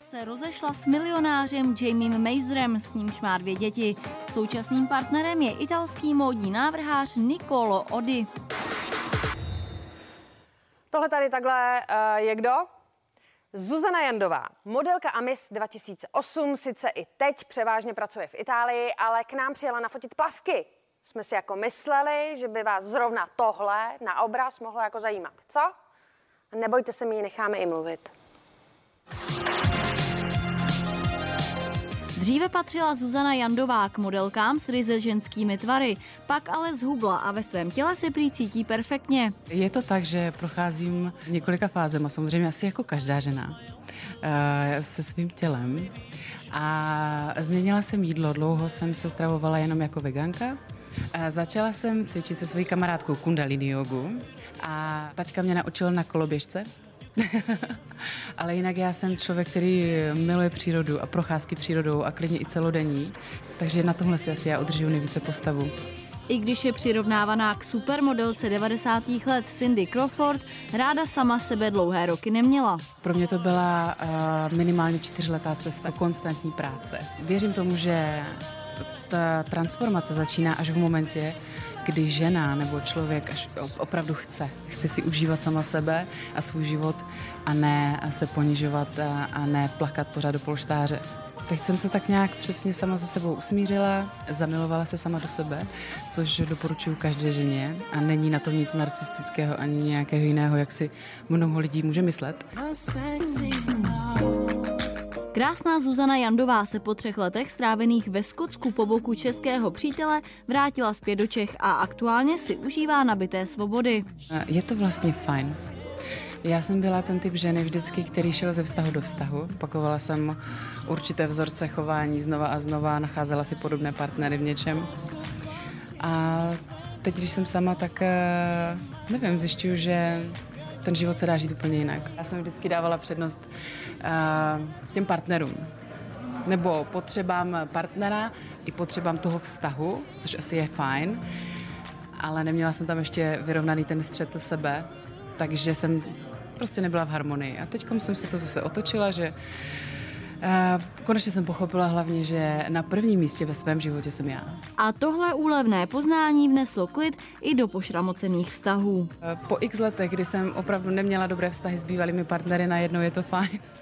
se rozešla s milionářem Jamiem Mazerem, s nímž má 2 děti. Současným partnerem je italský módní návrhář Niccolò Oddi. Tohle tady takhle je kdo? Zuzana Jandová, modelka Amis 2008, sice i teď převážně pracuje v Itálii, ale k nám přijela nafotit plavky. Jsme si jako mysleli, že by vás zrovna tohle na obraz mohlo jako zajímat. Co? Nebojte se, my ji necháme i mluvit. Dříve patřila Zuzana Jandová k modelkám s ryze ženskými tvary, pak ale zhubla a ve svém těle se prý cítí perfektně. Je to tak, že procházím několika fázema, samozřejmě asi jako každá žena, se svým tělem. A změnila jsem jídlo, dlouho jsem se stravovala jenom jako veganka. Začala jsem cvičit se svojí kamarádkou kundalini jogu a taťka mě naučila na koloběžce. Ale jinak já jsem člověk, který miluje přírodu a procházky přírodou a klidně i celodenní, takže na tomhle si asi já udržuju nejvíce postavu. I když je přirovnávaná k supermodelce 90. let Cindy Crawford, ráda sama sebe dlouhé roky neměla. Pro mě to byla minimálně 4letá cesta konstantní práce. Věřím tomu, že ta transformace začíná až v momentě, kdy žena nebo člověk až opravdu chce si užívat sama sebe a svůj život a ne se ponižovat a ne plakat pořád do polštáře. Teď jsem se tak nějak přesně sama se sebou usmířila, zamilovala se sama do sebe, což doporučuji každé ženě a není na tom nic narcistického ani nějakého jiného, jak si mnoho lidí může myslet. Krásná Zuzana Jandová se po 3 letech strávených ve Skotsku po boku českého přítele vrátila zpět do Čech a aktuálně si užívá nabité svobody. Je to vlastně fajn. Já jsem byla ten typ ženy vždycky, který šel ze vztahu do vztahu. Opakovala jsem určité vzorce chování znova a znova, nacházela si podobné partnery v něčem. A teď, když jsem sama, tak nevím, zjišťuju, že ten život se dá žít úplně jinak. Já jsem vždycky dávala přednost těm partnerům. Nebo potřebám partnera i potřebám toho vztahu, což asi je fajn, ale neměla jsem tam ještě vyrovnaný ten střet v sebe, takže jsem prostě nebyla v harmonii. A teď jsem si to zase otočila, že konečně jsem pochopila hlavně, že na prvním místě ve svém životě jsem já. A tohle úlevné poznání vneslo klid i do pošramocených vztahů. Po x letech, kdy jsem opravdu neměla dobré vztahy s bývalými partnery, najednou je to fajn.